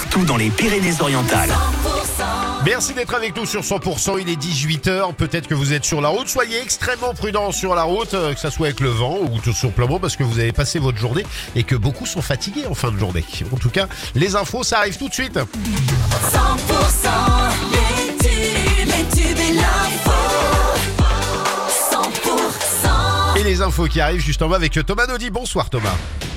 partout dans les Pyrénées-Orientales. Merci d'être avec nous sur 100%, il est 18h, peut-être que vous êtes sur la route, soyez extrêmement prudents sur la route, que ça soit avec le vent ou tout simplement parce que vous avez passé votre journée et que beaucoup sont fatigués en fin de journée. En tout cas, les infos, ça arrive tout de suite. 100% les tubes et l'info. 100%. Et les infos qui arrivent justement avec Thomas Naudy. Bonsoir Thomas.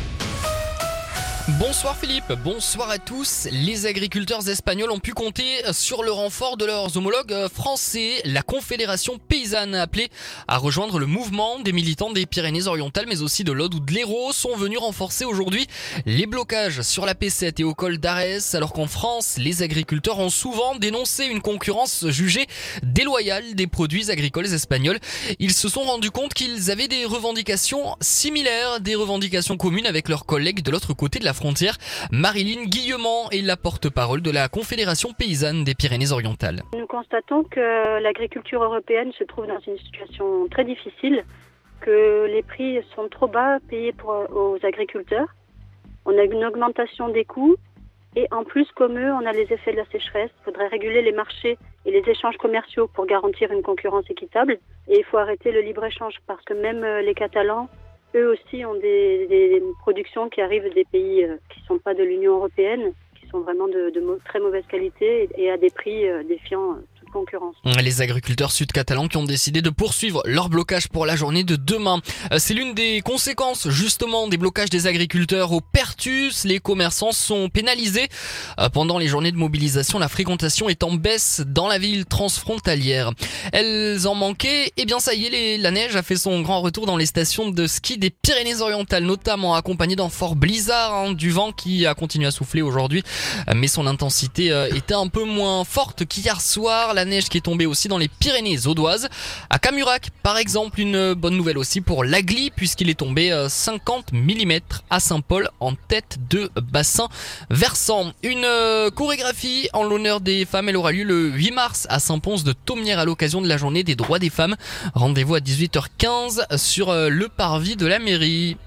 Bonsoir Philippe, bonsoir à tous. Les agriculteurs espagnols ont pu compter sur le renfort de leurs homologues français. La Confédération paysanne a appelé à rejoindre le mouvement. Des militants des Pyrénées-Orientales mais aussi de l'Aude ou de l'Hérault sont venus renforcer aujourd'hui les blocages sur la P7 et au col d'Arès, alors qu'en France, les agriculteurs ont souvent dénoncé une concurrence jugée déloyale des produits agricoles espagnols. Ils se sont rendus compte qu'ils avaient des revendications similaires, des revendications communes avec leurs collègues de l'autre côté de la frontière. Marilyn Guillemont est la porte-parole de la Confédération paysanne des Pyrénées-Orientales. Nous constatons que l'agriculture européenne se trouve dans une situation très difficile, que les prix sont trop bas payés aux agriculteurs. On a une augmentation des coûts et en plus, comme eux, on a les effets de la sécheresse. Il faudrait réguler les marchés et les échanges commerciaux pour garantir une concurrence équitable. Et il faut arrêter le libre-échange parce que même les Catalans, eux aussi ont des productions qui arrivent des pays qui ne sont pas de l'Union européenne, qui sont vraiment de très mauvaise qualité et à des prix défiant toute concurrence. Les agriculteurs sud-catalans qui ont décidé de poursuivre leur blocage pour la journée de demain. C'est l'une des conséquences justement des blocages des agriculteurs au Pertus. Les commerçants sont pénalisés. Pendant les journées de mobilisation, la fréquentation est en baisse dans la ville transfrontalière. Elles en manquaient. Eh bien ça y est, la neige a fait son grand retour dans les stations de ski des Pyrénées-Orientales, notamment accompagnées d'un fort blizzard, du vent qui a continué à souffler aujourd'hui, mais son intensité était un peu moins forte qu'hier soir. La neige qui est tombée aussi dans les Pyrénées audoises. À Camurac, par exemple, une bonne nouvelle aussi pour l'Agly, puisqu'il est tombé 50 mm à Saint-Paul en tête de bassin versant. Une chorégraphie en l'honneur des femmes, elle aura lieu le 8 mars à Saint-Pons de Thomières à l'occasion de la journée des droits des femmes. Rendez-vous à 18h15 sur le parvis de la mairie.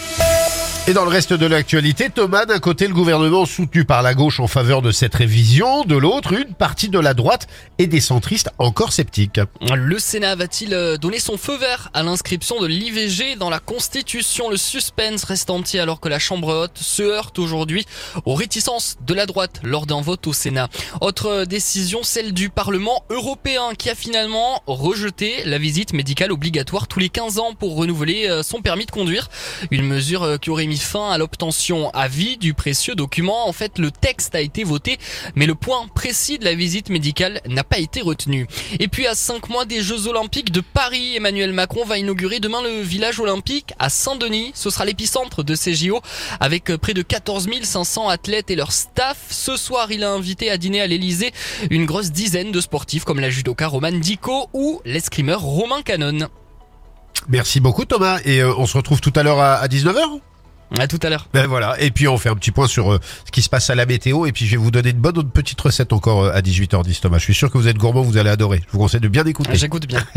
Et dans le reste de l'actualité, Thomas, d'un côté le gouvernement soutenu par la gauche en faveur de cette révision, de l'autre une partie de la droite et des centristes encore sceptiques. Le Sénat va-t-il donner son feu vert à l'inscription de l'IVG dans la Constitution? Le suspense reste entier alors que la Chambre haute se heurte aujourd'hui aux réticences de la droite lors d'un vote au Sénat. Autre décision, celle du Parlement européen qui a finalement rejeté la visite médicale obligatoire tous les 15 ans pour renouveler son permis de conduire. Une mesure qui aurait mis fin à l'obtention à vie du précieux document. En fait, le texte a été voté, mais le point précis de la visite médicale n'a pas été retenu. Et puis, à 5 mois des Jeux Olympiques de Paris, Emmanuel Macron va inaugurer demain le village olympique à Saint-Denis. Ce sera l'épicentre de ces JO avec près de 14 500 athlètes et leur staff. Ce soir, il a invité à dîner à l'Elysée une grosse dizaine de sportifs comme la judoka Romane Dico ou l'escrimeur Romain Canon. Merci beaucoup Thomas et on se retrouve tout à l'heure à 19h. À tout à l'heure. Ben voilà, et puis on fait un petit point sur ce qui se passe à la météo et puis je vais vous donner une bonne autre petite recette encore à 18h10 Thomas. Je suis sûr que vous êtes gourmand, vous allez adorer. Je vous conseille de bien écouter. J'écoute bien.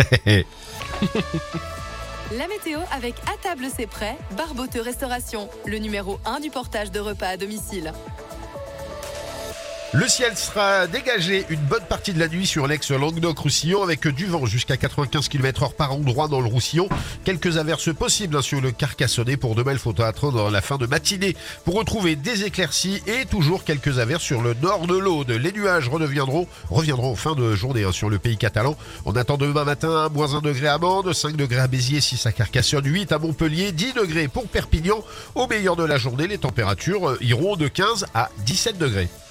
La météo avec À table c'est prêt, Barboteux Restauration, le numéro 1 du portage de repas à domicile. Le ciel sera dégagé une bonne partie de la nuit sur l'ex-Languedoc-Roussillon avec du vent jusqu'à 95 km/h par endroit dans le Roussillon. Quelques averses possibles sur le Carcassonnais. Pour demain, il faut attendre la fin de matinée pour retrouver des éclaircies et toujours quelques averses sur le nord de l'Aude. Les nuages reviendront en fin de journée sur le pays catalan. On attend demain matin moins 1 degré à Mende, 5 degrés à Béziers, 6 à Carcassonne, 8 à Montpellier, 10 degrés pour Perpignan. Au meilleur de la journée, les températures iront de 15 à 17 degrés.